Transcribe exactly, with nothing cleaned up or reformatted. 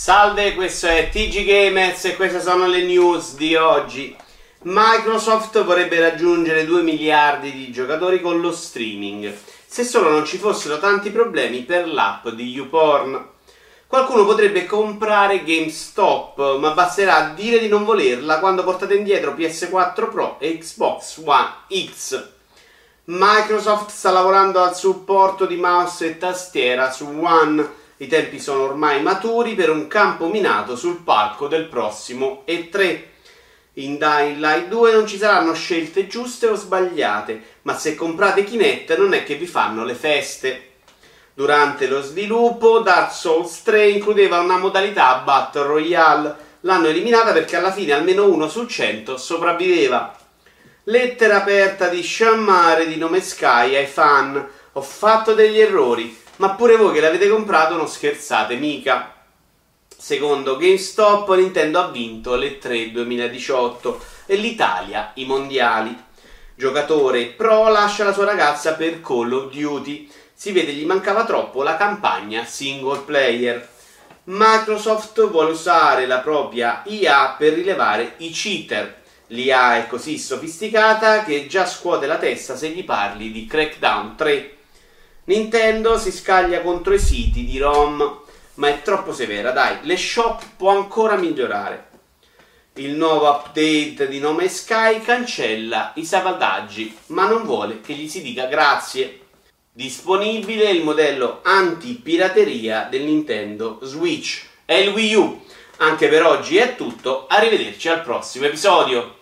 Salve, questo è T G Gamers e queste sono le news di oggi. Microsoft vorrebbe raggiungere due miliardi di giocatori con lo streaming, se solo non ci fossero tanti problemi per l'app di YouPorn. Qualcuno potrebbe comprare GameStop, ma basterà dire di non volerla quando portate indietro P S quattro Pro e Xbox One X. Microsoft sta lavorando al supporto di mouse e tastiera su One. I tempi sono ormai maturi per un campo minato sul palco del prossimo E tre. In Dying Light due non ci saranno scelte giuste o sbagliate, ma se comprate Kinect non è che vi fanno le feste. Durante lo sviluppo Dark Souls tre includeva una modalità Battle Royale, l'hanno eliminata perché alla fine almeno uno su cento sopravviveva. Lettera aperta di Shammare di nome Sky ai fan: ho fatto degli errori, ma pure voi che l'avete comprato non scherzate mica. Secondo GameStop, Nintendo ha vinto l'E tre duemiladiciotto e l'Italia i mondiali. Giocatore pro lascia la sua ragazza per Call of Duty. Si vede gli mancava troppo la campagna single player. Microsoft vuole usare la propria I A per rilevare i cheater. L'I A è così sofisticata che già scuote la testa se gli parli di Crackdown tre. Nintendo si scaglia contro i siti di ROM, ma è troppo severa, dai, l'eShop può ancora migliorare. Il nuovo update di nome Sky cancella i salvataggi, ma non vuole che gli si dica grazie. Disponibile il modello anti-pirateria del Nintendo Switch e il Wii U. Anche per oggi è tutto, arrivederci al prossimo episodio.